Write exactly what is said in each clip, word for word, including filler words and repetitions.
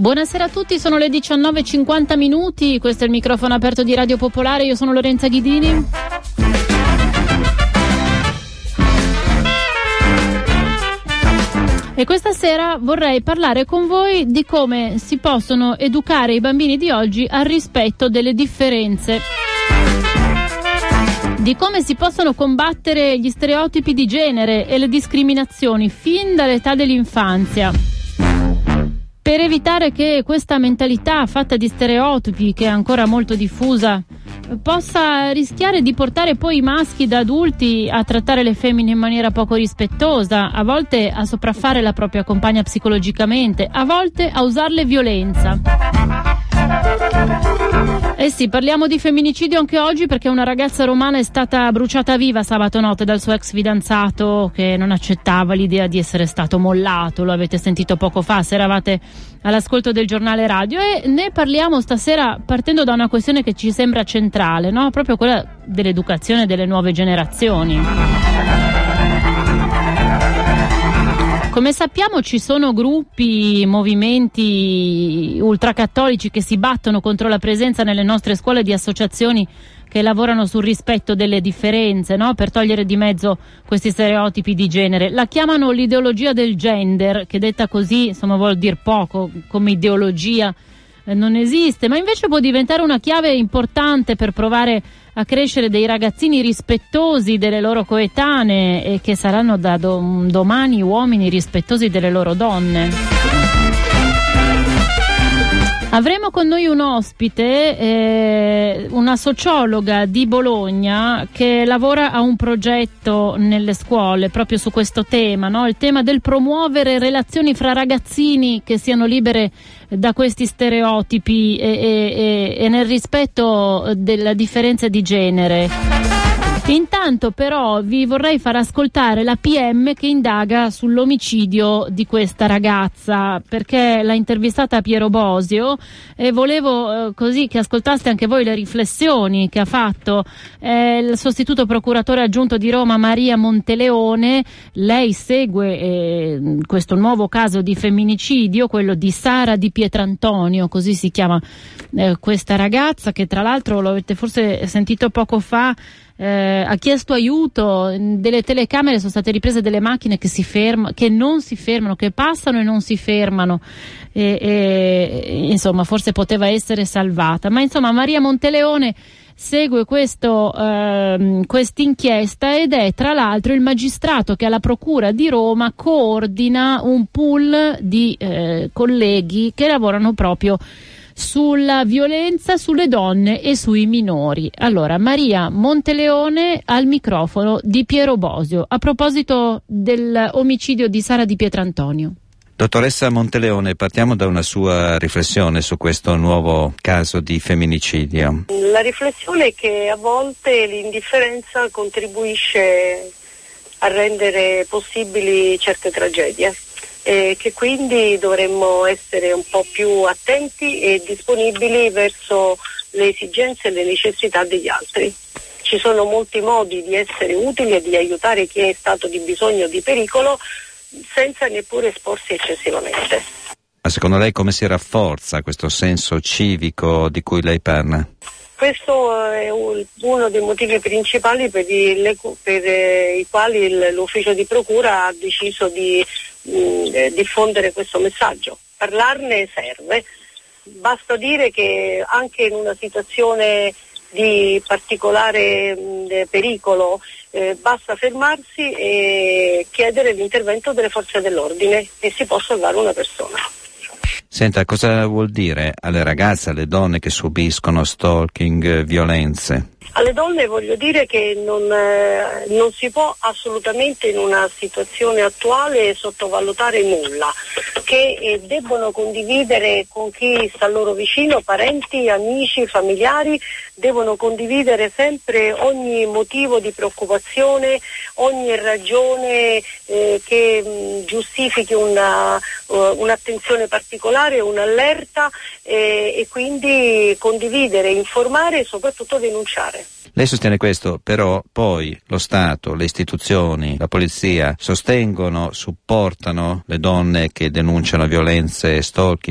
Buonasera a tutti, sono le diciannove e cinquanta minuti, questo è il microfono aperto di Radio Popolare, io sono Lorenza Ghidini. E questa sera vorrei parlare con voi di come si possono educare i bambini di oggi al rispetto delle differenze, di come si possono combattere gli stereotipi di genere e le discriminazioni fin dall'età dell'infanzia, per evitare che questa mentalità fatta di stereotipi, che è ancora molto diffusa, possa rischiare di portare poi i maschi da adulti a trattare le femmine in maniera poco rispettosa, a volte a sopraffare la propria compagna psicologicamente, a volte a usarle violenza. Eh sì, parliamo di femminicidio anche oggi perché una ragazza romana è stata bruciata viva sabato notte dal suo ex fidanzato, che non accettava l'idea di essere stato mollato. Lo avete sentito poco fa se eravate all'ascolto del giornale radio, e ne parliamo stasera partendo da una questione che ci sembra centrale, no? Proprio quella dell'educazione delle nuove generazioni. Come sappiamo ci sono gruppi, movimenti ultracattolici che si battono contro la presenza nelle nostre scuole di associazioni che lavorano sul rispetto delle differenze, no? Per togliere di mezzo questi stereotipi di genere. La chiamano l'ideologia del gender, che detta così insomma vuol dire poco, come ideologia eh, non esiste, ma invece può diventare una chiave importante per provare a crescere dei ragazzini rispettosi delle loro coetanee e che saranno da do- domani uomini rispettosi delle loro donne. Avremo con noi un ospite, eh, una sociologa di Bologna che lavora a un progetto nelle scuole proprio su questo tema, no? Il tema del promuovere relazioni fra ragazzini che siano libere da questi stereotipi e, e, e nel rispetto della differenza di genere. Intanto però vi vorrei far ascoltare la P M che indaga sull'omicidio di questa ragazza, perché l'ha intervistata Piero Bosio e volevo eh, così che ascoltaste anche voi le riflessioni che ha fatto eh, il sostituto procuratore aggiunto di Roma Maria Monteleone. Lei segue eh, questo nuovo caso di femminicidio, quello di Sara Di Pietrantonio, così si chiama eh, questa ragazza, che tra l'altro lo avete forse sentito poco fa. Eh, ha chiesto aiuto, delle telecamere sono state riprese delle macchine che si fermano, che non si fermano, che passano e non si fermano, e, e, insomma forse poteva essere salvata, ma insomma Maria Monteleone segue questo eh, quest'inchiesta ed è tra l'altro il magistrato che alla Procura di Roma coordina un pool di eh, colleghi che lavorano proprio sulla violenza sulle donne e sui minori. Allora, Maria Monteleone al microfono di Piero Bosio a proposito dell'omicidio di Sara Di Pietrantonio. Dottoressa Monteleone, partiamo da una sua riflessione su questo nuovo caso di femminicidio. La riflessione è che a volte l'indifferenza contribuisce a rendere possibili certe tragedie. E che quindi dovremmo essere un po' più attenti e disponibili verso le esigenze e le necessità degli altri. Ci sono molti modi di essere utili e di aiutare chi è in stato di bisogno o di pericolo senza neppure esporsi eccessivamente. Ma secondo lei come si rafforza questo senso civico di cui lei parla? Questo è uno dei motivi principali per i, per i quali l'ufficio di procura ha deciso di mh, diffondere questo messaggio. Parlarne serve, basta dire che anche in una situazione di particolare mh, pericolo eh, basta fermarsi e chiedere l'intervento delle forze dell'ordine e si può salvare una persona. Senta, cosa vuol dire alle ragazze, alle donne che subiscono stalking, violenze? Alle donne voglio dire che non, eh, non si può assolutamente in una situazione attuale sottovalutare nulla, che eh, debbono condividere con chi sta loro vicino, parenti, amici, familiari, devono condividere sempre ogni motivo di preoccupazione, ogni ragione eh, che mh, giustifichi una, uh, un'attenzione particolare, un'allerta eh, e quindi condividere, informare e soprattutto denunciare. Lei sostiene questo, però poi lo Stato, le istituzioni, la polizia sostengono, supportano le donne che denunciano violenze e stalking?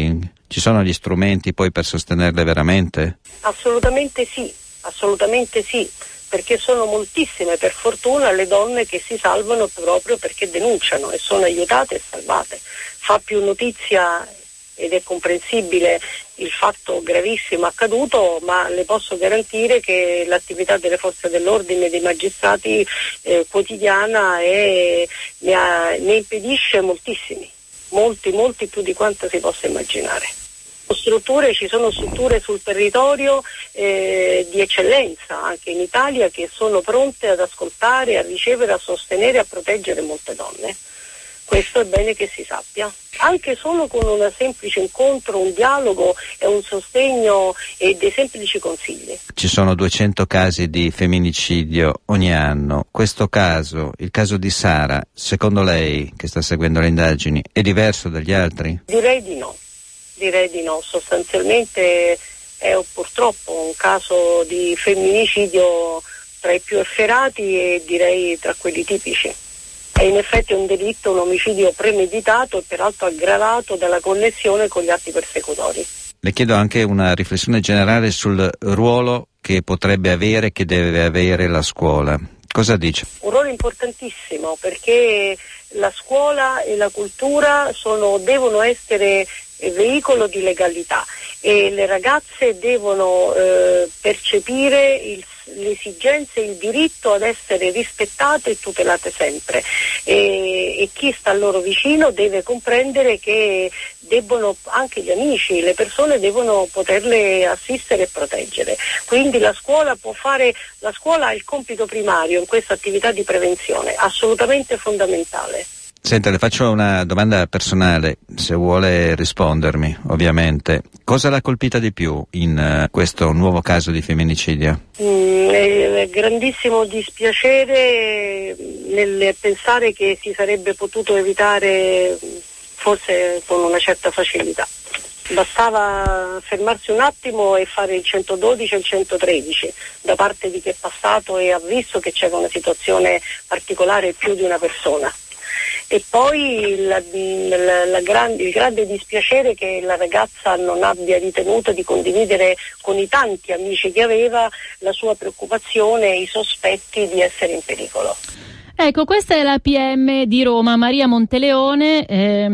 Ci sono gli strumenti poi per sostenerle veramente? Assolutamente sì, assolutamente sì, perché sono moltissime, per fortuna, le donne che si salvano proprio perché denunciano e sono aiutate e salvate. Fa più notizia, ed è comprensibile, il fatto gravissimo accaduto, ma le posso garantire che l'attività delle forze dell'ordine e dei magistrati eh, quotidiana è, ne, ha, ne impedisce moltissimi, molti, molti più di quanto si possa immaginare. Strutture, ci sono strutture sul territorio eh, di eccellenza anche in Italia che sono pronte ad ascoltare, a ricevere, a sostenere, a proteggere molte donne. Questo è bene che si sappia, anche solo con un semplice incontro, un dialogo e un sostegno e dei semplici consigli. Ci sono duecento casi di femminicidio ogni anno. Questo caso, il caso di Sara, secondo lei, che sta seguendo le indagini, è diverso dagli altri? Direi di no, direi di no. Sostanzialmente è purtroppo un caso di femminicidio tra i più efferati e direi tra quelli tipici. È in effetti un delitto, un omicidio premeditato e peraltro aggravato dalla connessione con gli atti persecutori. Le chiedo anche una riflessione generale sul ruolo che potrebbe avere, che deve avere la scuola. Cosa dice? Un ruolo importantissimo, perché la scuola e la cultura sono, devono essere veicolo di legalità e le ragazze devono eh, percepire il, l'esigenza e il diritto ad essere rispettate e tutelate sempre e, e chi sta loro vicino deve comprendere che debbono, anche gli amici, le persone devono poterle assistere e proteggere. Quindi la scuola può fare, la scuola ha il compito primario in questa attività di prevenzione, assolutamente fondamentale. Senta, le faccio una domanda personale, se vuole rispondermi, ovviamente. Cosa l'ha colpita di più in uh, questo nuovo caso di femminicidio? Mm, è grandissimo dispiacere nel pensare che si sarebbe potuto evitare forse con una certa facilità. Bastava fermarsi un attimo e fare il centododici e il centotredici da parte di chi è passato e ha visto che c'era una situazione particolare più di una persona. E poi la, la, la grande, il grande dispiacere che la ragazza non abbia ritenuto di condividere con i tanti amici che aveva la sua preoccupazione e i sospetti di essere in pericolo. Ecco, questa è la P M di Roma, Maria Monteleone,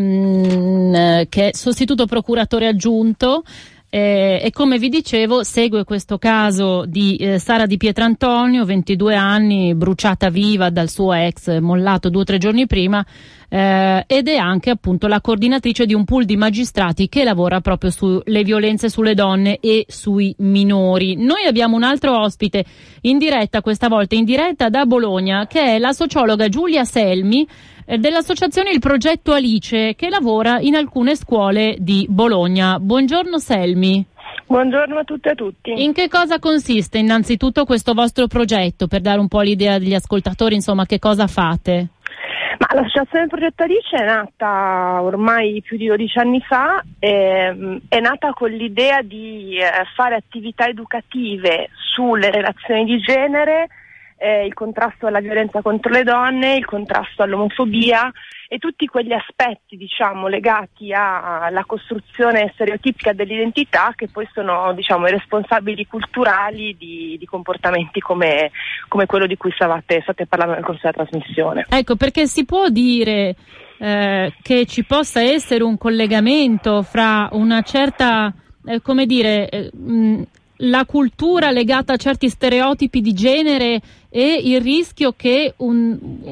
ehm, che è sostituto procuratore aggiunto. Eh, e come vi dicevo segue questo caso di eh, Sara Di Pietrantonio, ventidue anni, bruciata viva dal suo ex mollato due o tre giorni prima, eh, ed è anche appunto la coordinatrice di un pool di magistrati che lavora proprio sulle violenze sulle donne e sui minori. Noi abbiamo un altro ospite in diretta, questa volta in diretta da Bologna, che è la sociologa Giulia Selmi dell'associazione Il Progetto Alice, che lavora in alcune scuole di Bologna. Buongiorno Selmi. Buongiorno a tutte e a tutti. In che cosa consiste innanzitutto questo vostro progetto, per dare un po' l'idea degli ascoltatori, insomma, che cosa fate? Ma l'associazione Il Progetto Alice è nata ormai più di dodici anni fa, ehm, è nata con l'idea di eh, fare attività educative sulle relazioni di genere, Eh, il contrasto alla violenza contro le donne, il contrasto all'omofobia e tutti quegli aspetti, diciamo, legati alla costruzione stereotipica dell'identità che poi sono, diciamo, i responsabili culturali di, di comportamenti come, come quello di cui stavate, state parlando nel corso della trasmissione. Ecco, perché si può dire eh, che ci possa essere un collegamento fra una certa, eh, come dire, eh, mh, la cultura legata a certi stereotipi di genere e il rischio che un,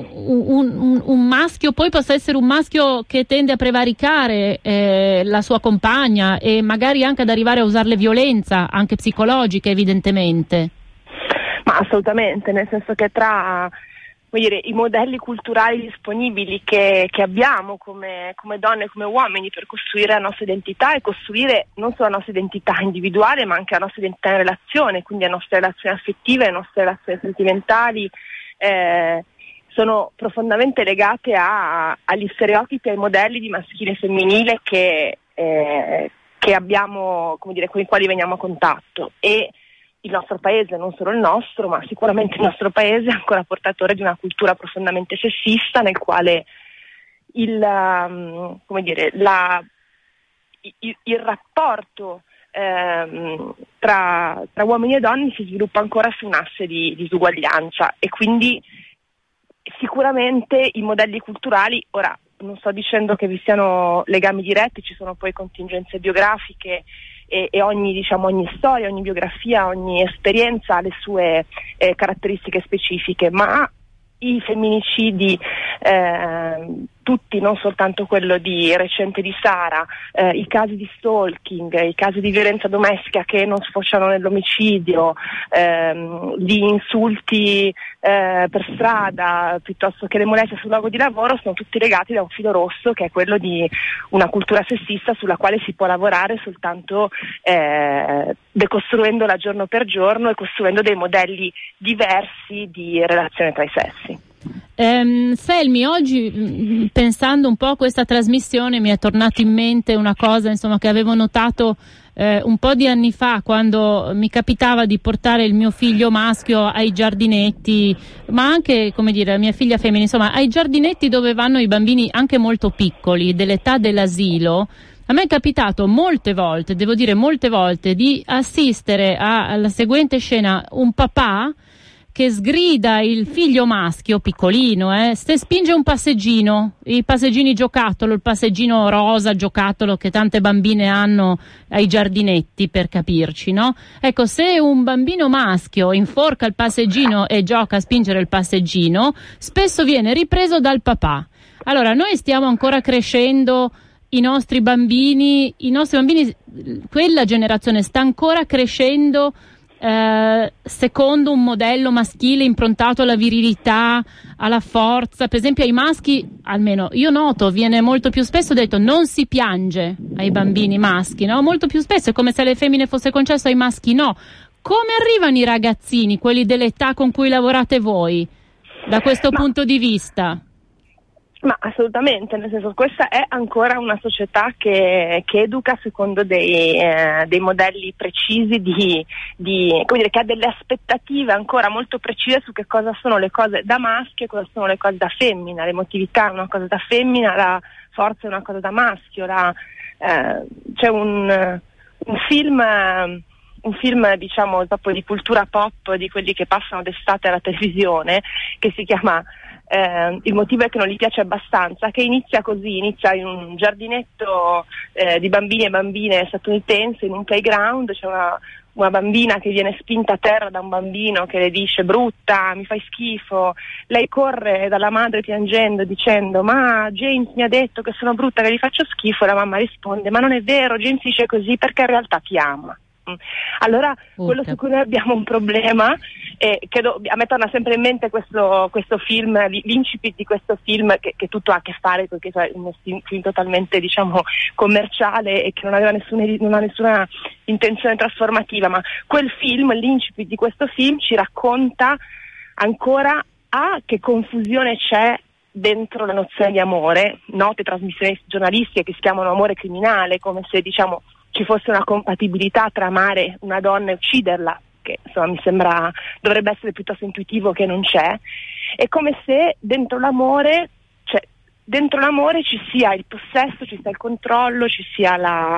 un, un, un maschio poi possa essere un maschio che tende a prevaricare eh, la sua compagna e magari anche ad arrivare a usarle violenza, anche psicologica evidentemente. Ma assolutamente, nel senso che tra voglio dire, i modelli culturali disponibili che, che abbiamo come, come donne e come uomini per costruire la nostra identità e costruire non solo la nostra identità individuale ma anche la nostra identità in relazione, quindi le nostre relazioni affettive, le nostre relazioni sentimentali, eh, sono profondamente legate a, agli stereotipi e ai modelli di maschile e femminile che, eh, che abbiamo, come dire, con i quali veniamo a contatto. E il nostro paese, non solo il nostro, ma sicuramente il nostro paese è ancora portatore di una cultura profondamente sessista nel quale il, um, come dire, la, il, il rapporto ehm, tra, tra uomini e donne si sviluppa ancora su un asse di disuguaglianza, e quindi sicuramente i modelli culturali, ora non sto dicendo che vi siano legami diretti, ci sono poi contingenze biografiche e, e ogni, diciamo, ogni storia, ogni biografia, ogni esperienza ha le sue eh, caratteristiche specifiche, ma i femminicidi, eh, tutti, non soltanto quello di recente di Sara, eh, i casi di stalking, i casi di violenza domestica che non sfociano nell'omicidio, ehm, gli insulti eh, per strada, piuttosto che le molestie sul luogo di lavoro, sono tutti legati da un filo rosso, che è quello di una cultura sessista sulla quale si può lavorare soltanto eh, decostruendola giorno per giorno e costruendo dei modelli diversi di relazione tra i sessi. Um, Selmi, oggi pensando un po' a questa trasmissione mi è tornato in mente una cosa, insomma, che avevo notato eh, un po' di anni fa, quando mi capitava di portare il mio figlio maschio ai giardinetti, ma anche, come dire, la mia figlia femmina, insomma, ai giardinetti dove vanno i bambini anche molto piccoli, dell'età dell'asilo. A me è capitato molte volte, devo dire molte volte, di assistere a, alla seguente scena: un papà che sgrida il figlio maschio piccolino, eh, se spinge un passeggino, i passeggini giocattolo, il passeggino rosa giocattolo che tante bambine hanno ai giardinetti, per capirci, no? Ecco, se un bambino maschio inforca il passeggino e gioca a spingere il passeggino, spesso viene ripreso dal papà. Allora, noi stiamo ancora crescendo, i nostri bambini, i nostri bambini, quella generazione sta ancora crescendo Eh, secondo un modello maschile improntato alla virilità, alla forza. Per esempio ai maschi, almeno io noto, viene molto più spesso detto non si piange ai bambini maschi, no? Molto più spesso, è come se alle femmine fosse concesso, ai maschi no. Come arrivano i ragazzini, quelli dell'età con cui lavorate voi, da questo Ma... punto di vista? Ma assolutamente, nel senso, questa è ancora una società che, che educa secondo dei, eh, dei modelli precisi di, di, come dire, che ha delle aspettative ancora molto precise su che cosa sono le cose da maschio e cosa sono le cose da femmina. L'emotività è una cosa da femmina, la forza è una cosa da maschio. La, eh, c'è un, un film... un film, diciamo, proprio di cultura pop, di quelli che passano d'estate alla televisione, che si chiama eh, Il motivo è che non gli piace abbastanza, che inizia così, inizia in un giardinetto eh, di bambini e bambine statunitense, in un playground. C'è una, una bambina che viene spinta a terra da un bambino che le dice brutta, mi fai schifo. Lei corre dalla madre piangendo dicendo ma James mi ha detto che sono brutta, che gli faccio schifo, e la mamma risponde ma non è vero, James dice così perché in realtà ti ama. Allora, Urca. quello su cui noi abbiamo un problema, e che do, a me torna sempre in mente questo, questo film, l'incipit di questo film che, che tutto ha a che fare perché è un film totalmente, diciamo, commerciale e che non aveva nessuna, non ha nessuna intenzione trasformativa, ma quel film, l'incipit di questo film ci racconta ancora a che confusione c'è dentro la nozione di amore. Note trasmissioni giornalistiche che si chiamano amore criminale, come se, diciamo, ci fosse una compatibilità tra amare una donna e ucciderla, che insomma mi sembra dovrebbe essere piuttosto intuitivo che non c'è. È come se dentro l'amore, cioè dentro l'amore ci sia il possesso, ci sia il controllo, ci sia la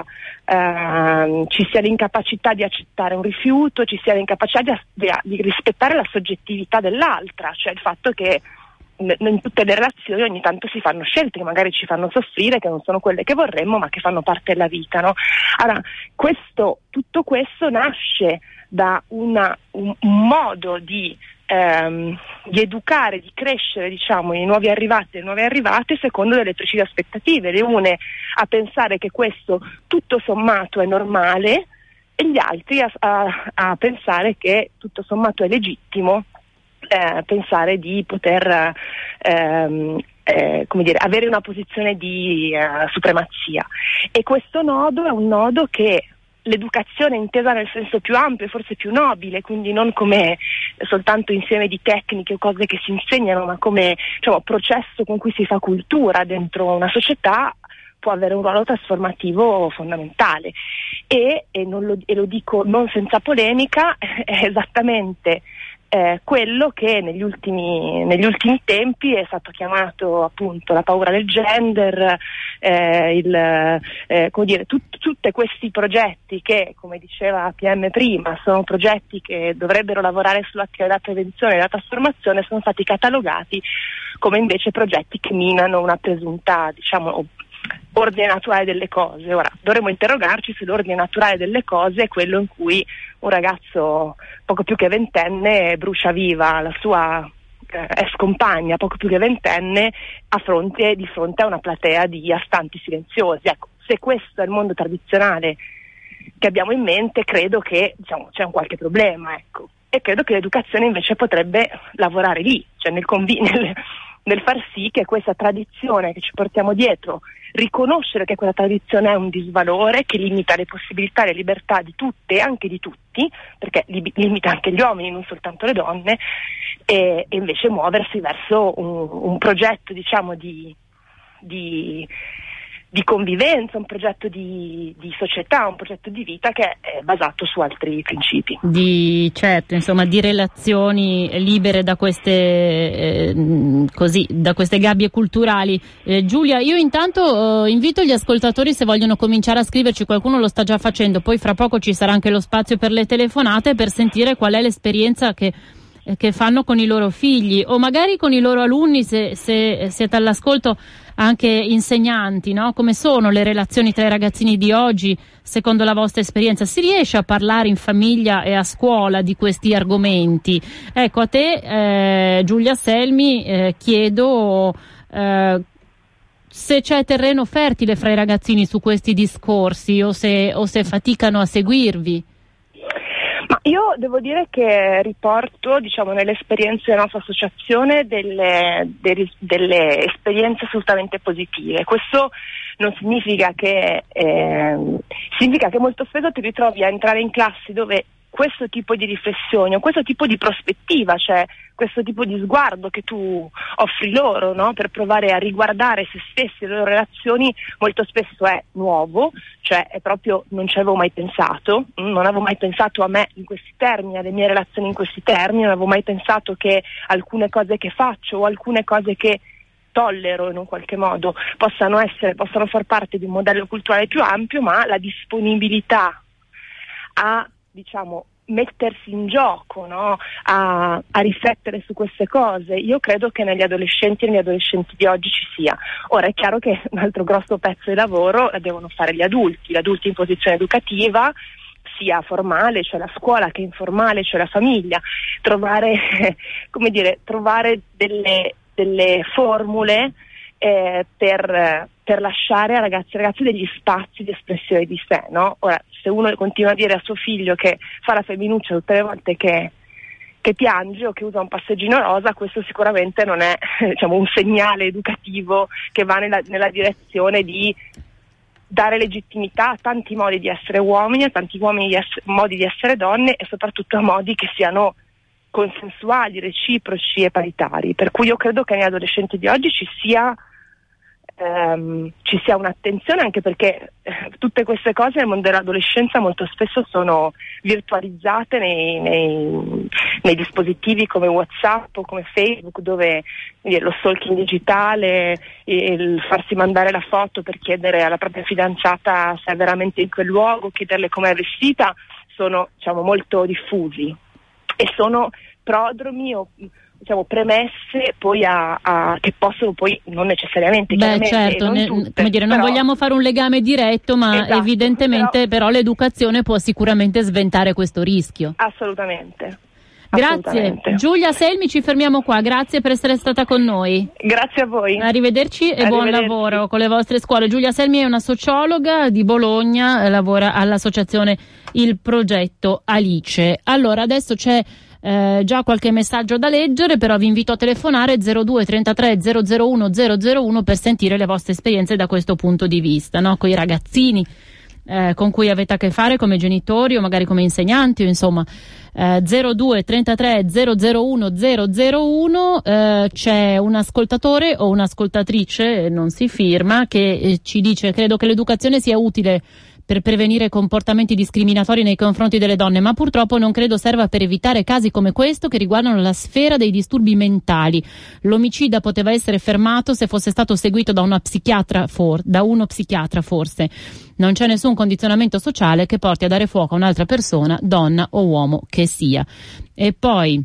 eh, ci sia l'incapacità di accettare un rifiuto, ci sia l'incapacità di, di, di rispettare la soggettività dell'altra, cioè il fatto che in tutte le relazioni ogni tanto si fanno scelte che magari ci fanno soffrire, che non sono quelle che vorremmo, ma che fanno parte della vita, no? Allora, questo, tutto questo nasce da una, un, un modo di, ehm, di educare, di crescere, diciamo, i nuovi arrivati e le nuove arrivate secondo delle precise aspettative, le une a pensare che questo tutto sommato è normale e gli altri a, a, a pensare che tutto sommato è legittimo. Eh, pensare di poter ehm, eh, come dire, avere una posizione di eh, supremazia, e questo nodo è un nodo che l'educazione intesa nel senso più ampio e forse più nobile, quindi non come soltanto insieme di tecniche o cose che si insegnano, ma come, diciamo, processo con cui si fa cultura dentro una società, può avere un ruolo trasformativo fondamentale e, e, non lo, e lo dico non senza polemica, è esattamente eh, quello che negli ultimi, negli ultimi tempi è stato chiamato appunto la paura del gender, eh, il, eh, come dire, tut, tutti questi progetti che, come diceva P M prima, sono progetti che dovrebbero lavorare sull'attività della prevenzione e della trasformazione, sono stati catalogati come invece progetti che minano una presunta, diciamo, ordine naturale delle cose. Ora dovremmo interrogarci se l'ordine naturale delle cose è quello in cui un ragazzo poco più che ventenne brucia viva la sua eh, ex compagna poco più che ventenne a fronte, di fronte a una platea di astanti silenziosi. Ecco, se questo è il mondo tradizionale che abbiamo in mente, credo che, diciamo, c'è un qualche problema, ecco. E credo che l'educazione invece potrebbe lavorare lì, cioè nel, convi- nel, nel far sì che questa tradizione che ci portiamo dietro, riconoscere che quella tradizione è un disvalore che limita le possibilità e le libertà di tutte e anche di tutti, perché li- limita anche gli uomini, non soltanto le donne, e, e invece muoversi verso un, un progetto, diciamo, di, di, di convivenza, un progetto di, di società, un progetto di vita che è basato su altri principi. Di, certo, insomma, di relazioni libere da queste eh, così, da queste gabbie culturali. Eh, Giulia, io intanto eh, invito gli ascoltatori, se vogliono cominciare a scriverci, qualcuno lo sta già facendo, poi fra poco ci sarà anche lo spazio per le telefonate, per sentire qual è l'esperienza che che fanno con i loro figli o magari con i loro alunni, se, se siete all'ascolto anche insegnanti, no? Come sono le relazioni tra i ragazzini di oggi secondo la vostra esperienza? Si riesce a parlare in famiglia e a scuola di questi argomenti? Ecco, a te eh, Giulia Selmi eh, chiedo eh, se c'è terreno fertile fra i ragazzini su questi discorsi o se, o se faticano a seguirvi. Ma io devo dire che riporto, diciamo, nelle esperienze della nostra associazione delle, delle, delle esperienze assolutamente positive. Questo non significa che eh, significa che molto spesso ti ritrovi a entrare in classi dove questo tipo di riflessione o questo tipo di prospettiva, cioè questo tipo di sguardo che tu offri loro, no? Per provare a riguardare se stessi e le loro relazioni, molto spesso è nuovo, cioè è proprio non ci avevo mai pensato, non avevo mai pensato a me in questi termini, alle mie relazioni in questi termini, non avevo mai pensato che alcune cose che faccio o alcune cose che tollero in un qualche modo possano essere, possano far parte di un modello culturale più ampio, ma la disponibilità a, diciamo, mettersi in gioco, no? a, a riflettere su queste cose, io credo che negli adolescenti e negli adolescenti di oggi ci sia. Ora è chiaro che un altro grosso pezzo di lavoro la devono fare gli adulti, gli adulti in posizione educativa, sia formale, cioè la scuola, che informale, cioè la famiglia, trovare, come dire, trovare delle, delle formule eh, per, per lasciare a ragazzi e ragazze degli spazi di espressione di sé, no? Ora, se uno continua a dire a suo figlio che fa la femminuccia tutte le volte che, che piange o che usa un passeggino rosa, questo sicuramente non è, diciamo, un segnale educativo che va nella, nella direzione di dare legittimità a tanti modi di essere uomini, a tanti uomini di essere, modi di essere donne e soprattutto a modi che siano consensuali, reciproci e paritari. Per cui io credo che negli adolescenti di oggi ci sia ehm, ci sia un'attenzione, anche perché eh, tutte queste cose nel mondo dell'adolescenza molto spesso sono virtualizzate nei, nei, nei dispositivi come WhatsApp o come Facebook, dove eh, lo stalking digitale, il farsi mandare la foto per chiedere alla propria fidanzata se è veramente in quel luogo, chiederle com'è vestita, sono, diciamo, molto diffusi e sono prodromi o, diciamo, premesse poi a, a che possono poi non necessariamente, beh, certo, non, ne, tutte, come dire, non però, vogliamo fare un legame diretto, ma esatto, evidentemente però, però l'educazione può sicuramente sventare questo rischio. Assolutamente. Grazie Giulia Selmi, ci fermiamo qua, grazie per essere stata con noi. Grazie a voi. Arrivederci e Arrivederci. Buon lavoro con le vostre scuole. Giulia Selmi è una sociologa di Bologna, eh, lavora all'associazione Il Progetto Alice. Allora adesso c'è eh, già qualche messaggio da leggere, però vi invito a telefonare zero due trentatré zero zero uno zero zero uno per sentire le vostre esperienze da questo punto di vista, no? Con i ragazzini eh, con cui avete a che fare come genitori o magari come insegnanti, o insomma eh, zero due trentatré zero zero uno zero zero uno. Eh, c'è un ascoltatore o un'ascoltatrice, non si firma, che eh, ci dice: credo che l'educazione sia utile per prevenire comportamenti discriminatori nei confronti delle donne, ma purtroppo non credo serva per evitare casi come questo che riguardano la sfera dei disturbi mentali. L'omicida poteva essere fermato se fosse stato seguito da una psichiatra for- da uno psichiatra forse. Non c'è nessun condizionamento sociale che porti a dare fuoco a un'altra persona, donna o uomo che sia. E poi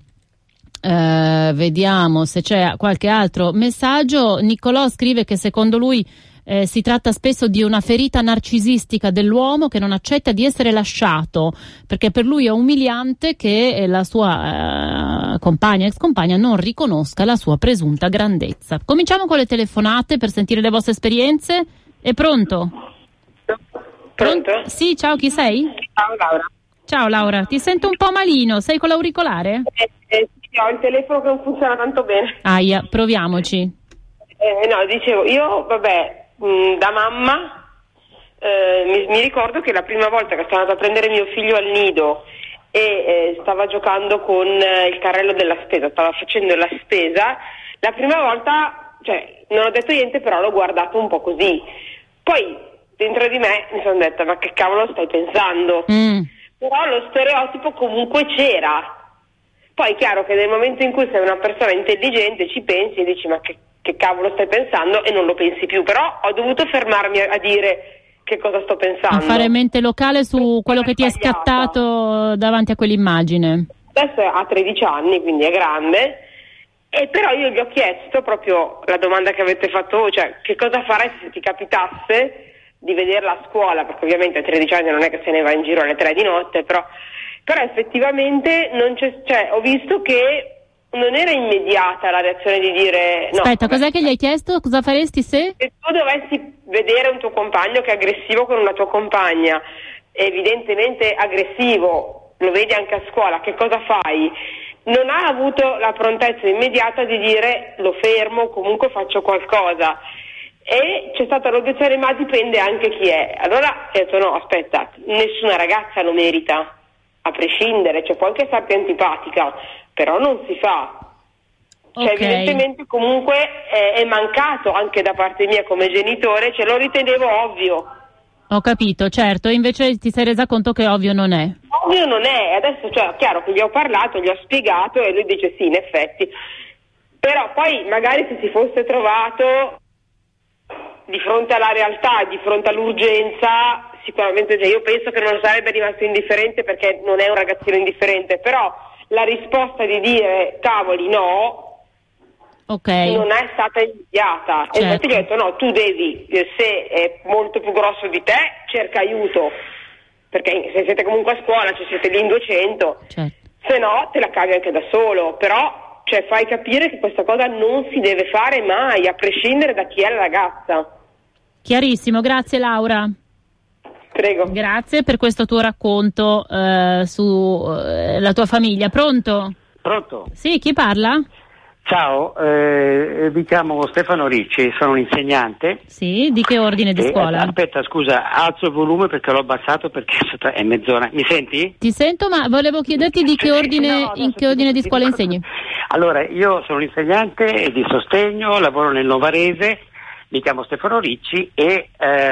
eh, vediamo se c'è qualche altro messaggio. Niccolò scrive che secondo lui eh, si tratta spesso di una ferita narcisistica dell'uomo che non accetta di essere lasciato, perché per lui è umiliante che la sua eh, compagna, ex compagna, non riconosca la sua presunta grandezza. Cominciamo con le telefonate per sentire le vostre esperienze. È pronto? Pronto? Sì, ciao, chi sei? Ciao Laura. Ciao Laura, ti sento un po' malino, sei con l'auricolare? Eh, eh, sì, ho il telefono che non funziona tanto bene. Aia, proviamoci. Eh, no, dicevo, io vabbè, mh, da mamma eh, mi, mi ricordo che la prima volta che sono andata a prendere mio figlio al nido e eh, stava giocando con eh, il carrello della spesa, stava facendo la spesa, la prima volta, cioè, non ho detto niente, però l'ho guardato un po' così. Poi dentro di me mi sono detta, ma che cavolo stai pensando? Mm. Però lo stereotipo comunque c'era. Poi è chiaro che nel momento in cui sei una persona intelligente ci pensi e dici, ma che, che cavolo stai pensando, e non lo pensi più. Però ho dovuto fermarmi a, a dire che cosa sto pensando. A fare mente locale su quello che ti è scattato davanti a quell'immagine. Adesso ha tredici anni, quindi è grande. E però io gli ho chiesto proprio la domanda che avete fatto voi, cioè che cosa faresti se ti capitasse di vederla a scuola, perché ovviamente a tredici anni non è che se ne va in giro alle tre di notte, però, però effettivamente non c'è, cioè, ho visto che non era immediata la reazione di dire no. Aspetta, vabbè, cos'è che gli hai chiesto? Cosa faresti se? Se tu dovessi vedere un tuo compagno che è aggressivo con una tua compagna, evidentemente aggressivo, lo vedi anche a scuola, che cosa fai? Non ha avuto la prontezza immediata di dire lo fermo, comunque faccio qualcosa. E c'è stata l'obiezione, ma dipende anche chi è. Allora ho detto no, aspetta, nessuna ragazza lo merita, a prescindere, cioè può anche starti antipatica, però non si fa. Cioè okay. Evidentemente comunque è, è mancato anche da parte mia come genitore, ce lo ritenevo ovvio. Ho capito, certo, e invece ti sei resa conto che ovvio non è. Ovvio non è, adesso cioè chiaro che gli ho parlato, gli ho spiegato e lui dice sì, in effetti. Però poi magari se si fosse trovato di fronte alla realtà, di fronte all'urgenza, sicuramente cioè, io penso che non sarebbe rimasto indifferente, perché non è un ragazzino indifferente, però la risposta di dire cavoli no, okay, non è stata immediata. Certo. E infatti gli ho detto no, tu devi, se è molto più grosso di te, cerca aiuto, perché se siete comunque a scuola, cioè siete lì in duecento, certo, se no te la cavi anche da solo, però cioè fai capire che questa cosa non si deve fare mai, a prescindere da chi è la ragazza. Chiarissimo, grazie Laura. Prego. Grazie per questo tuo racconto eh, su eh, la tua famiglia. Pronto? Pronto? Sì, chi parla? Ciao, eh, mi chiamo Stefano Ricci, sono un insegnante. Sì, di che ordine di e, scuola? Aspetta, scusa, alzo il volume perché l'ho abbassato perché è mezz'ora. Mi senti? Ti sento, ma volevo chiederti di che ordine, no, no, in che ordine di scuola insegni? Allora, io sono un insegnante di sostegno, lavoro nel Novarese, mi chiamo Stefano Ricci e,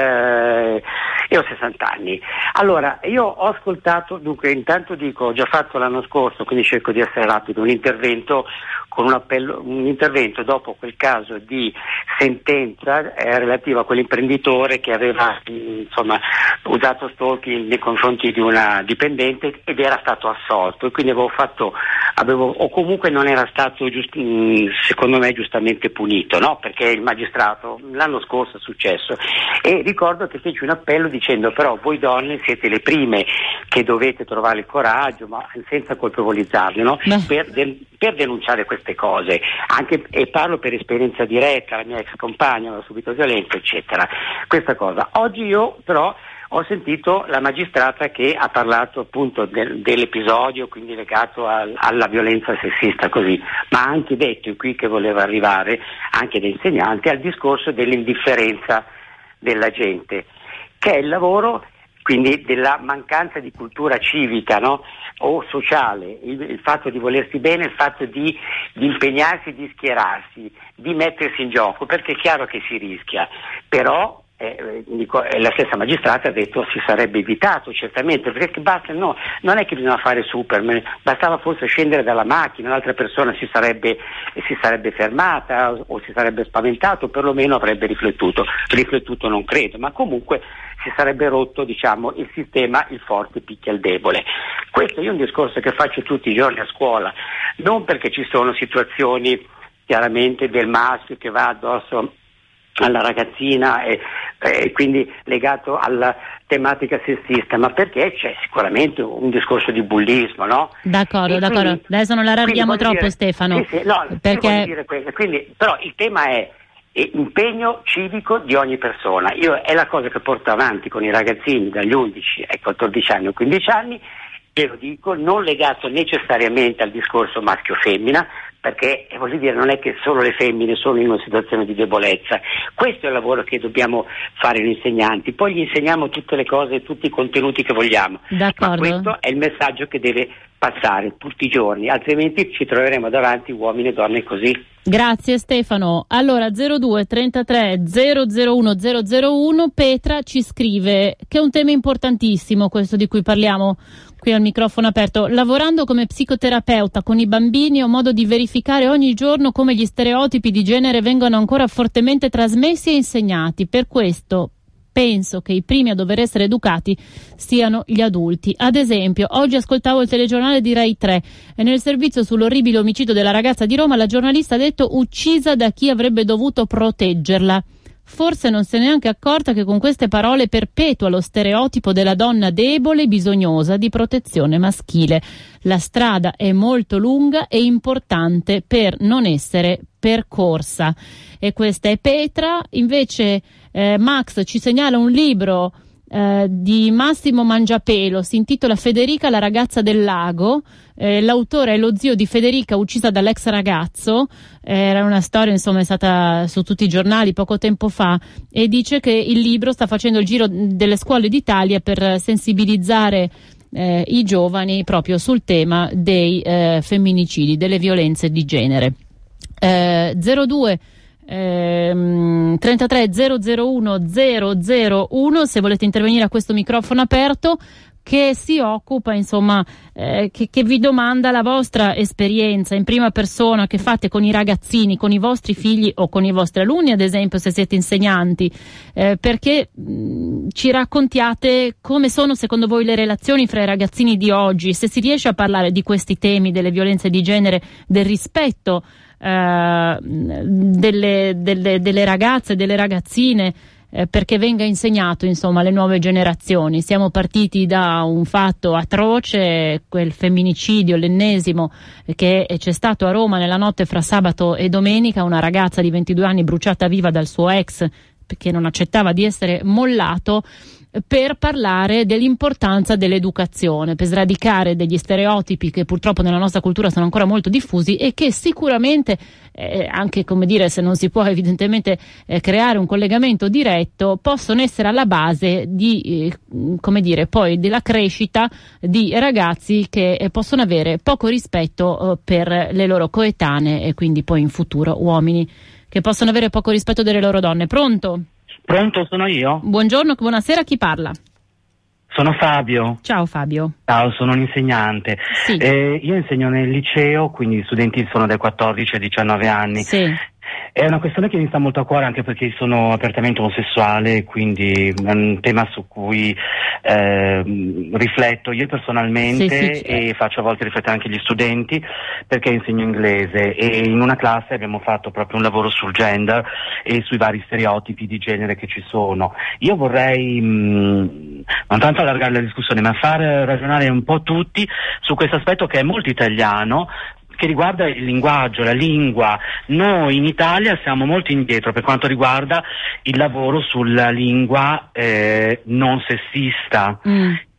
eh, e ho sessanta anni. Allora, io ho ascoltato, dunque intanto dico, ho già fatto l'anno scorso, quindi cerco di essere rapido, un intervento con un appello, un intervento dopo quel caso di sentenza eh, relativa a quell'imprenditore che aveva insomma usato stalking nei confronti di una dipendente ed era stato assolto, e quindi avevo fatto avevo o comunque non era stato giust, secondo me giustamente punito, no? Perché il magistrato l'anno scorso è successo, e ricordo che feci un appello dicendo però voi donne siete le prime che dovete trovare il coraggio, ma senza colpevolizzarle, no? per, de, per denunciare queste cose, anche, e parlo per esperienza diretta, la mia ex compagna aveva subito violenza eccetera, questa cosa. Oggi io però ho sentito la magistrata che ha parlato appunto del, dell'episodio, quindi legato al, alla violenza sessista, così, ma ha anche detto, e qui che voleva arrivare anche da insegnante, al discorso dell'indifferenza della gente, che è il lavoro quindi della mancanza di cultura civica, no? O sociale, il, il fatto di volersi bene, il fatto di, di impegnarsi, di schierarsi, di mettersi in gioco, perché è chiaro che si rischia, però Eh, dico, eh, la stessa magistrata ha detto si sarebbe evitato certamente, perché basta, no, non è che bisogna fare Superman, bastava forse scendere dalla macchina, un'altra persona si sarebbe, si sarebbe fermata o, o si sarebbe spaventato, perlomeno avrebbe riflettuto, riflettuto non credo, ma comunque si sarebbe rotto, diciamo, il sistema, il forte picchia il debole. Questo è un discorso che faccio tutti i giorni a scuola, non perché ci sono situazioni chiaramente del maschio che va addosso alla ragazzina e, e quindi legato alla tematica sessista, ma perché c'è sicuramente un discorso di bullismo, no? D'accordo, e d'accordo. Quindi, adesso non allarghiamo troppo, dire, Stefano. Sì, sì, no, perché dire questo. Quindi, però il tema è impegno civico di ogni persona. Io è la cosa che porto avanti con i ragazzini dagli undici ai quattordici anni o quindici anni, e lo dico, non legato necessariamente al discorso maschio-femmina, perché eh, voglio dire, non è che solo le femmine sono in una situazione di debolezza. Questo è il lavoro che dobbiamo fare gli insegnanti, poi gli insegniamo tutte le cose, tutti i contenuti che vogliamo. D'accordo. Ma questo è il messaggio che deve passare tutti i giorni, altrimenti ci troveremo davanti uomini e donne così. Grazie Stefano. Allora zero due trentatré zero zero uno zero zero uno, Petra ci scrive che è un tema importantissimo questo di cui parliamo qui al microfono aperto. Lavorando come psicoterapeuta con i bambini ho modo di verificare ogni giorno come gli stereotipi di genere vengono ancora fortemente trasmessi e insegnati. Per questo penso che i primi a dover essere educati siano gli adulti. Ad esempio, oggi ascoltavo il telegiornale di Rai tre e nel servizio sull'orribile omicidio della ragazza di Roma la giornalista ha detto uccisa da chi avrebbe dovuto proteggerla. Forse non si è neanche accorta che con queste parole perpetua lo stereotipo della donna debole e bisognosa di protezione maschile. La strada è molto lunga e importante per non essere percorsa. E questa è Petra. Invece eh, Max ci segnala un libro eh, di Massimo Mangiapelo, si intitola Federica, la ragazza del lago. Eh, l'autore è lo zio di Federica uccisa dall'ex ragazzo. Era una storia, insomma, è stata su tutti i giornali poco tempo fa, e dice che il libro sta facendo il giro delle scuole d'Italia per sensibilizzare eh, i giovani proprio sul tema dei eh, femminicidi, delle violenze di genere. Eh, zero due ehm, trentatré zero zero uno zero zero uno se volete intervenire a questo microfono aperto che si occupa, insomma, eh, che, che vi domanda la vostra esperienza in prima persona che fate con i ragazzini, con i vostri figli o con i vostri alunni, ad esempio, se siete insegnanti, eh, perché mh, ci raccontiate come sono secondo voi le relazioni fra i ragazzini di oggi, se si riesce a parlare di questi temi, delle violenze di genere, del rispetto eh, delle, delle, delle ragazze, delle ragazzine, Eh, perché venga insegnato, insomma, alle nuove generazioni. Siamo partiti da un fatto atroce, quel femminicidio, l'ennesimo, eh, che c'è stato a Roma nella notte fra sabato e domenica, una ragazza di ventidue anni bruciata viva dal suo ex perché non accettava di essere mollato, per parlare dell'importanza dell'educazione, per sradicare degli stereotipi che purtroppo nella nostra cultura sono ancora molto diffusi e che sicuramente, eh, anche come dire, se non si può evidentemente eh, creare un collegamento diretto, possono essere alla base di, eh, come dire, poi della crescita di ragazzi che eh, possono avere poco rispetto eh, per le loro coetanee e quindi poi in futuro uomini che possono avere poco rispetto delle loro donne. Pronto? Pronto, sono io? Buongiorno, buonasera, chi parla? Sono Fabio. Ciao Fabio. Ciao, sono un insegnante. Sì. Eh, io insegno nel liceo, quindi gli studenti sono dai quattordici ai diciannove anni. Sì. È una questione che mi sta molto a cuore anche perché sono apertamente omosessuale, quindi è un tema su cui eh, rifletto io personalmente, sì, sì, e faccio a volte riflettere anche gli studenti perché insegno inglese e in una classe abbiamo fatto proprio un lavoro sul gender e sui vari stereotipi di genere che ci sono. Io vorrei mh, non tanto allargare la discussione ma far ragionare un po' tutti su questo aspetto che è molto italiano, che riguarda il linguaggio, la lingua. Noi in Italia siamo molto indietro per quanto riguarda il lavoro sulla lingua eh, non sessista. Mm.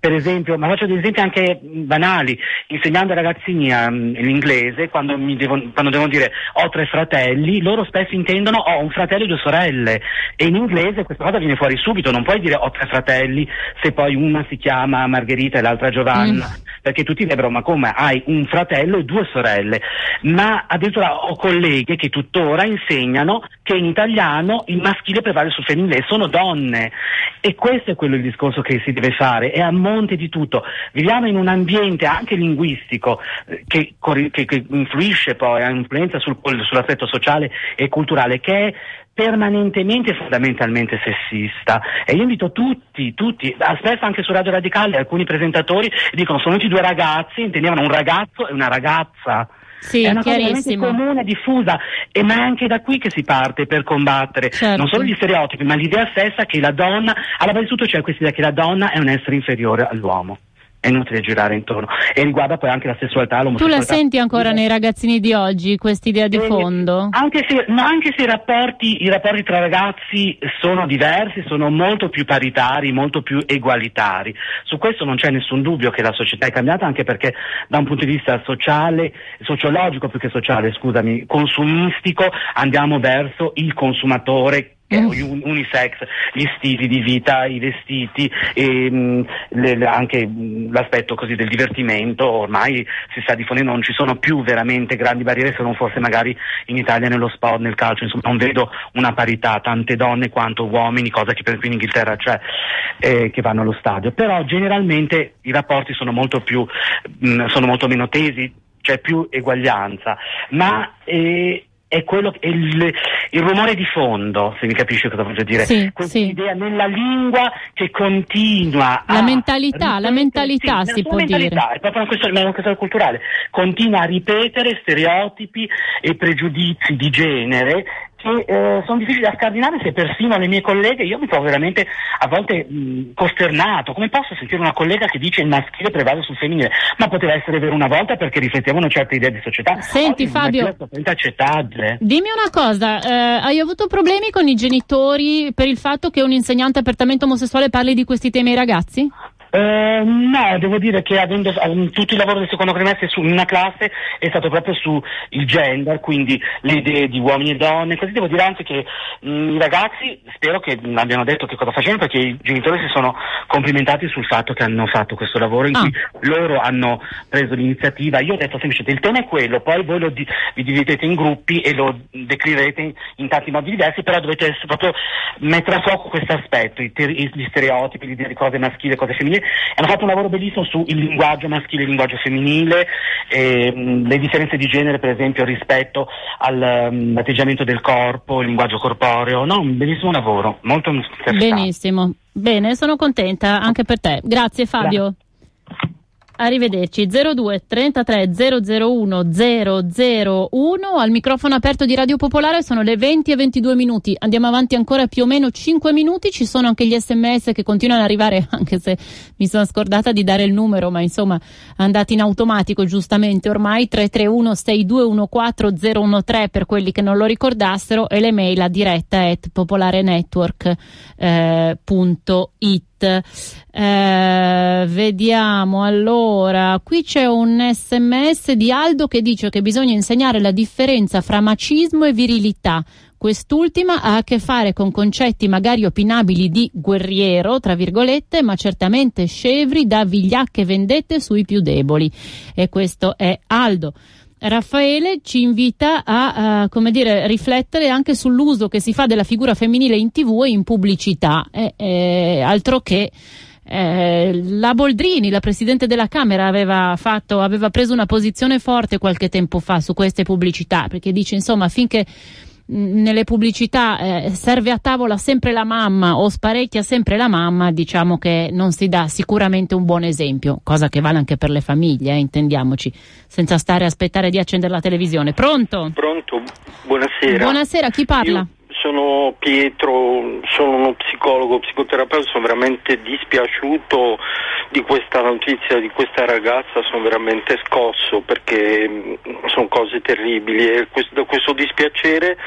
per esempio, ma faccio degli esempi anche banali, insegnando ai ragazzini um, l'inglese, quando, mi devo, quando devono dire ho tre fratelli, loro spesso intendono ho un fratello e due sorelle, e in inglese questa cosa viene fuori subito, non puoi dire ho tre fratelli se poi una si chiama Margherita e l'altra Giovanna, mm. perché tutti direbbero ma come, hai un fratello e due sorelle, ma addirittura ho colleghe che tuttora insegnano che in italiano il maschile prevale sul femminile, sono donne, e questo è quello il discorso che si deve fare, è a monte di tutto. Viviamo in un ambiente anche linguistico eh, che, che, che influisce poi, ha influenza sul, sull'aspetto sociale e culturale, che è permanentemente e fondamentalmente sessista, e io invito tutti, tutti, spesso anche su Radio Radicale alcuni presentatori dicono sono venuti due ragazzi, intendevano un ragazzo e una ragazza. Sì, è una cosa veramente comune, diffusa, e ma è anche da qui che si parte per combattere, certo. non solo gli stereotipi, ma l'idea stessa che la donna, alla base di tutto c'è questa idea che la donna è un essere inferiore all'uomo. È inutile girare intorno, e riguarda poi anche la sessualità, l'omosessualità. Tu la senti ancora nei ragazzini di oggi, quest'idea di fondo? Anche se, no, anche se i rapporti, i rapporti tra ragazzi sono diversi, sono molto più paritari, molto più egualitari. Su questo non c'è nessun dubbio che la società è cambiata, anche perché da un punto di vista sociale, sociologico più che sociale, scusami, consumistico, andiamo verso il consumatore unisex, gli stili di vita, i vestiti, e mh, le, anche mh, l'aspetto così del divertimento ormai si sta diffondendo, non ci sono più veramente grandi barriere, se non forse magari in Italia nello sport, nel calcio, insomma non vedo una parità, tante donne quanto uomini, cosa che per qui in Inghilterra c'è, eh, che vanno allo stadio, però generalmente i rapporti sono molto più mh, sono molto meno tesi, c'è più eguaglianza, ma eh, è quello è il, il rumore di fondo, se mi capisci cosa voglio dire. Sì, questa sì. idea nella lingua che continua la a mentalità, la mentalità sì, si può mentalità, dire. È proprio una questione, una questione culturale, continua a ripetere stereotipi e pregiudizi di genere che eh, sono difficili da scardinare, se persino le mie colleghe, io mi trovo veramente a volte mh, costernato. Come posso sentire una collega che dice il maschile prevale sul femminile? Ma poteva essere vero una volta, perché riflettevano certe idee di società. Senti, oggi Fabio, non è più assolutamente accettabile. Dimmi una cosa, eh, hai avuto problemi con i genitori per il fatto che un insegnante apertamente omosessuale parli di questi temi ai ragazzi? Uh, no, devo dire che avendo um, tutto il lavoro del secondo trimestre su in una classe è stato proprio su il gender, quindi le idee di uomini e donne, così devo dire anche che um, i ragazzi spero che um, abbiano detto che cosa facevano, perché i genitori si sono complimentati sul fatto che hanno fatto questo lavoro in ah. cui loro hanno preso l'iniziativa. Io ho detto semplicemente il tema è quello, poi voi lo di- vi dividete in gruppi e lo declinerete in, in tanti modi diversi, però dovete proprio mettere a fuoco questo aspetto, i ter- gli stereotipi, l'idea di cose maschili e cose femminili. Hanno fatto un lavoro bellissimo sul linguaggio maschile e il linguaggio femminile, ehm, le differenze di genere per esempio rispetto all'atteggiamento um, del corpo, il linguaggio corporeo. No, un bellissimo lavoro, molto interessante. Benissimo, bene, sono contenta anche per te. Grazie Fabio. Grazie. Arrivederci. zero due trentatré zero zero uno zero zero uno al microfono aperto di Radio Popolare, sono le venti e ventidue minuti, andiamo avanti ancora più o meno cinque minuti, ci sono anche gli sms che continuano ad arrivare, anche se mi sono scordata di dare il numero, ma insomma andati in automatico giustamente ormai, tre tre uno sei due uno quattro zero uno tre per quelli che non lo ricordassero, e le mail a diretta at popolarenetwork punto it. Eh, vediamo allora, qui c'è un sms di Aldo che dice che bisogna insegnare la differenza fra macismo e virilità. Quest'ultima ha a che fare con concetti magari opinabili di guerriero, tra virgolette, ma certamente scevri da vigliacche vendette sui più deboli. E questo è Aldo. Raffaele ci invita a, a come dire, riflettere anche sull'uso che si fa della figura femminile in tivù e in pubblicità, eh, eh, altro che eh, la Boldrini, la Presidente della Camera, aveva fatto, aveva preso una posizione forte qualche tempo fa su queste pubblicità, perché dice insomma finché nelle pubblicità eh, serve a tavola sempre la mamma o sparecchia sempre la mamma, diciamo che non si dà sicuramente un buon esempio, cosa che vale anche per le famiglie, eh, intendiamoci, senza stare a aspettare di accendere la televisione. Pronto? Pronto, buonasera. Buonasera, chi parla? Io sono Pietro, sono uno psicologo, psicoterapeuta, sono veramente dispiaciuto di questa notizia, di questa ragazza, sono veramente scosso perché sono cose terribili, e questo, da questo dispiacere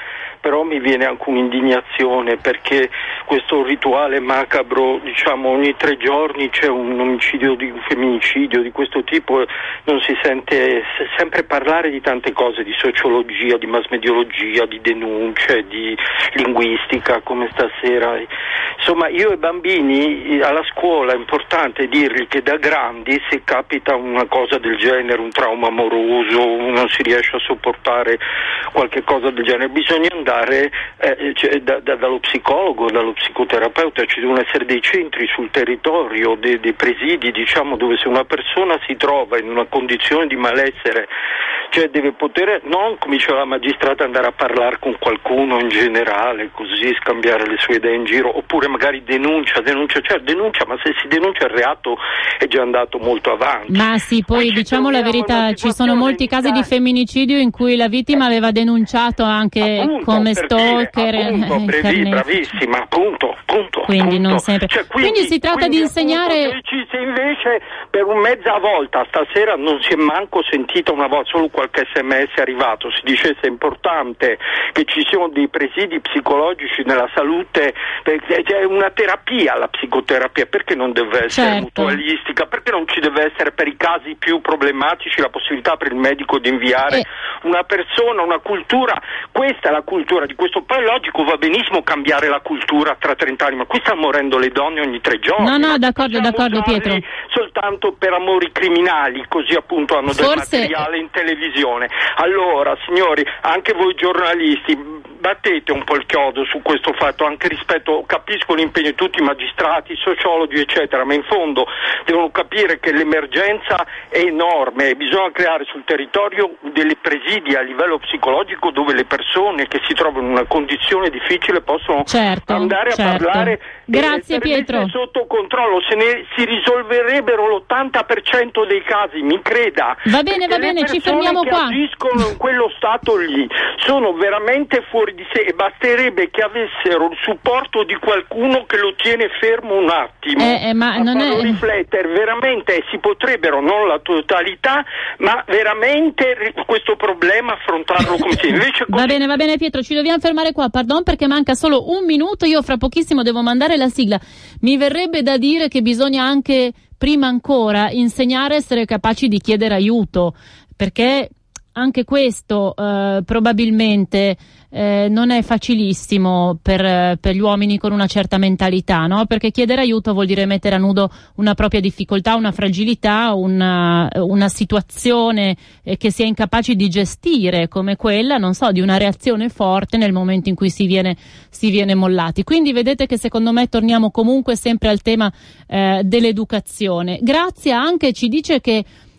però mi viene anche un'indignazione, perché questo rituale macabro, diciamo ogni tre giorni c'è un omicidio, di un femminicidio di questo tipo, non si sente sempre parlare di tante cose, di sociologia, di massmediologia, di denunce, di linguistica come stasera. Insomma, io ai bambini alla scuola è importante dirgli che da grandi, se capita una cosa del genere, un trauma amoroso, non si riesce a sopportare qualche cosa del genere, bisogna andare eh, cioè, da, da, dallo psicologo, dallo psicoterapeuta. Ci devono essere dei centri sul territorio, dei, dei presidi, diciamo, dove se una persona si trova in una condizione di malessere, cioè deve poter, non come diceva la magistrata, andare a parlare con qualcuno in generale, così scambiare le sue idee in giro, oppure magari denuncia, denuncia, cioè denuncia, ma se si denuncia il reato è già andato molto avanti. Ma sì, poi, poi diciamo la verità, ci sono molti casi di femminicidio in cui la vittima aveva denunciato anche appunto, come stalker. Dire, appunto, eh, brevi, bravissima, appunto, appunto. Quindi, appunto. Non sempre. Cioè, quindi, quindi si tratta quindi, di insegnare. Appunto, se invece per un mezza volta stasera non si è manco sentita una volta, solo qualche sms è arrivato, si dicesse è importante che ci siano dei presidi psicologici nella salute, perché c'è una terapia, la psicoterapia, perché non deve essere certo. mutualistica, perché non ci deve essere per i casi più problematici la possibilità per il medico di inviare eh. una persona, una cultura. Questa è la cultura di questo, poi logico, va benissimo cambiare la cultura tra trent'anni, ma qui stanno morendo le donne ogni tre giorni. No, no, d'accordo, d'accordo Pietro. Soltanto per amori criminali, così appunto hanno Forse... del materiale in televisione. Allora, signori, anche voi giornalisti, battete un po' il chiodo su questo fatto, anche rispetto, capisco l'impegno di tutti i magistrati, sociologi eccetera, ma in fondo devono capire che l'emergenza è enorme e bisogna creare sul territorio delle presidi a livello psicologico dove le persone che si trovano in una condizione difficile possono certo, andare certo. a parlare. Grazie Pietro. Sotto controllo, se ne si risolverebbero l'ottanta per cento dei casi, mi creda. Va bene, va bene, ci fermiamo che qua. agiscono in quello stato lì sono veramente fuori di sé e basterebbe che avessero il supporto di qualcuno che lo tiene fermo un attimo eh, eh, ma a non farlo è... riflettere. Veramente si potrebbero, non la totalità, ma veramente questo problema affrontarlo come si invece così... Va bene, va bene Pietro, ci dobbiamo fermare qua, pardon perché manca solo un minuto, io fra pochissimo devo mandare la sigla. Mi verrebbe da dire che bisogna anche, prima ancora, insegnare a essere capaci di chiedere aiuto, perché anche questo eh, probabilmente eh, non è facilissimo per, per gli uomini con una certa mentalità, no? Perché chiedere aiuto vuol dire mettere a nudo una propria difficoltà, una fragilità, una, una situazione eh, che si è incapaci di gestire, come quella, non so, di una reazione forte nel momento in cui si viene, si viene mollati. Quindi vedete che secondo me torniamo comunque sempre al tema eh, dell'educazione. Grazia anche ci dice che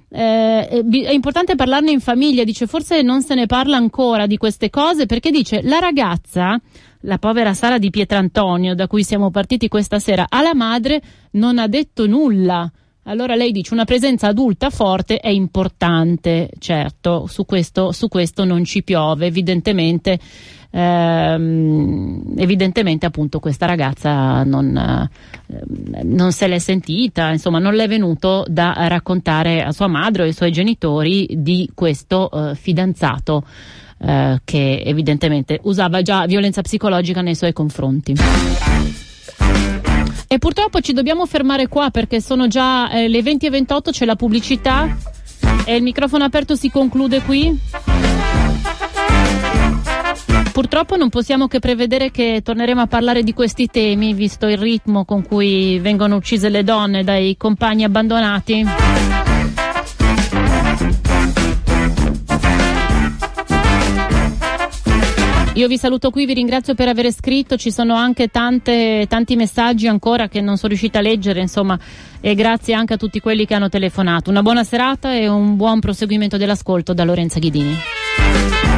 Eh, è importante parlarne in famiglia, dice forse non se ne parla ancora di queste cose, perché dice la ragazza, la povera Sara di Pietrantonio da cui siamo partiti questa sera, alla madre non ha detto nulla. Allora lei dice una presenza adulta forte è importante, certo, su questo, su questo non ci piove, evidentemente ehm, evidentemente appunto questa ragazza non, eh, non se l'è sentita, insomma non le è venuto da raccontare a sua madre o ai suoi genitori di questo eh, fidanzato eh, che evidentemente usava già violenza psicologica nei suoi confronti. E purtroppo ci dobbiamo fermare qua perché sono già eh, le venti e ventotto, c'è la pubblicità e il microfono aperto si conclude qui. Purtroppo non possiamo che prevedere che torneremo a parlare di questi temi, visto il ritmo con cui vengono uccise le donne dai compagni abbandonati. Io vi saluto qui, vi ringrazio per aver scritto, ci sono anche tante, tanti messaggi ancora che non sono riuscita a leggere, insomma, e grazie anche a tutti quelli che hanno telefonato. Una buona serata e un buon proseguimento dell'ascolto da Lorenza Ghidini.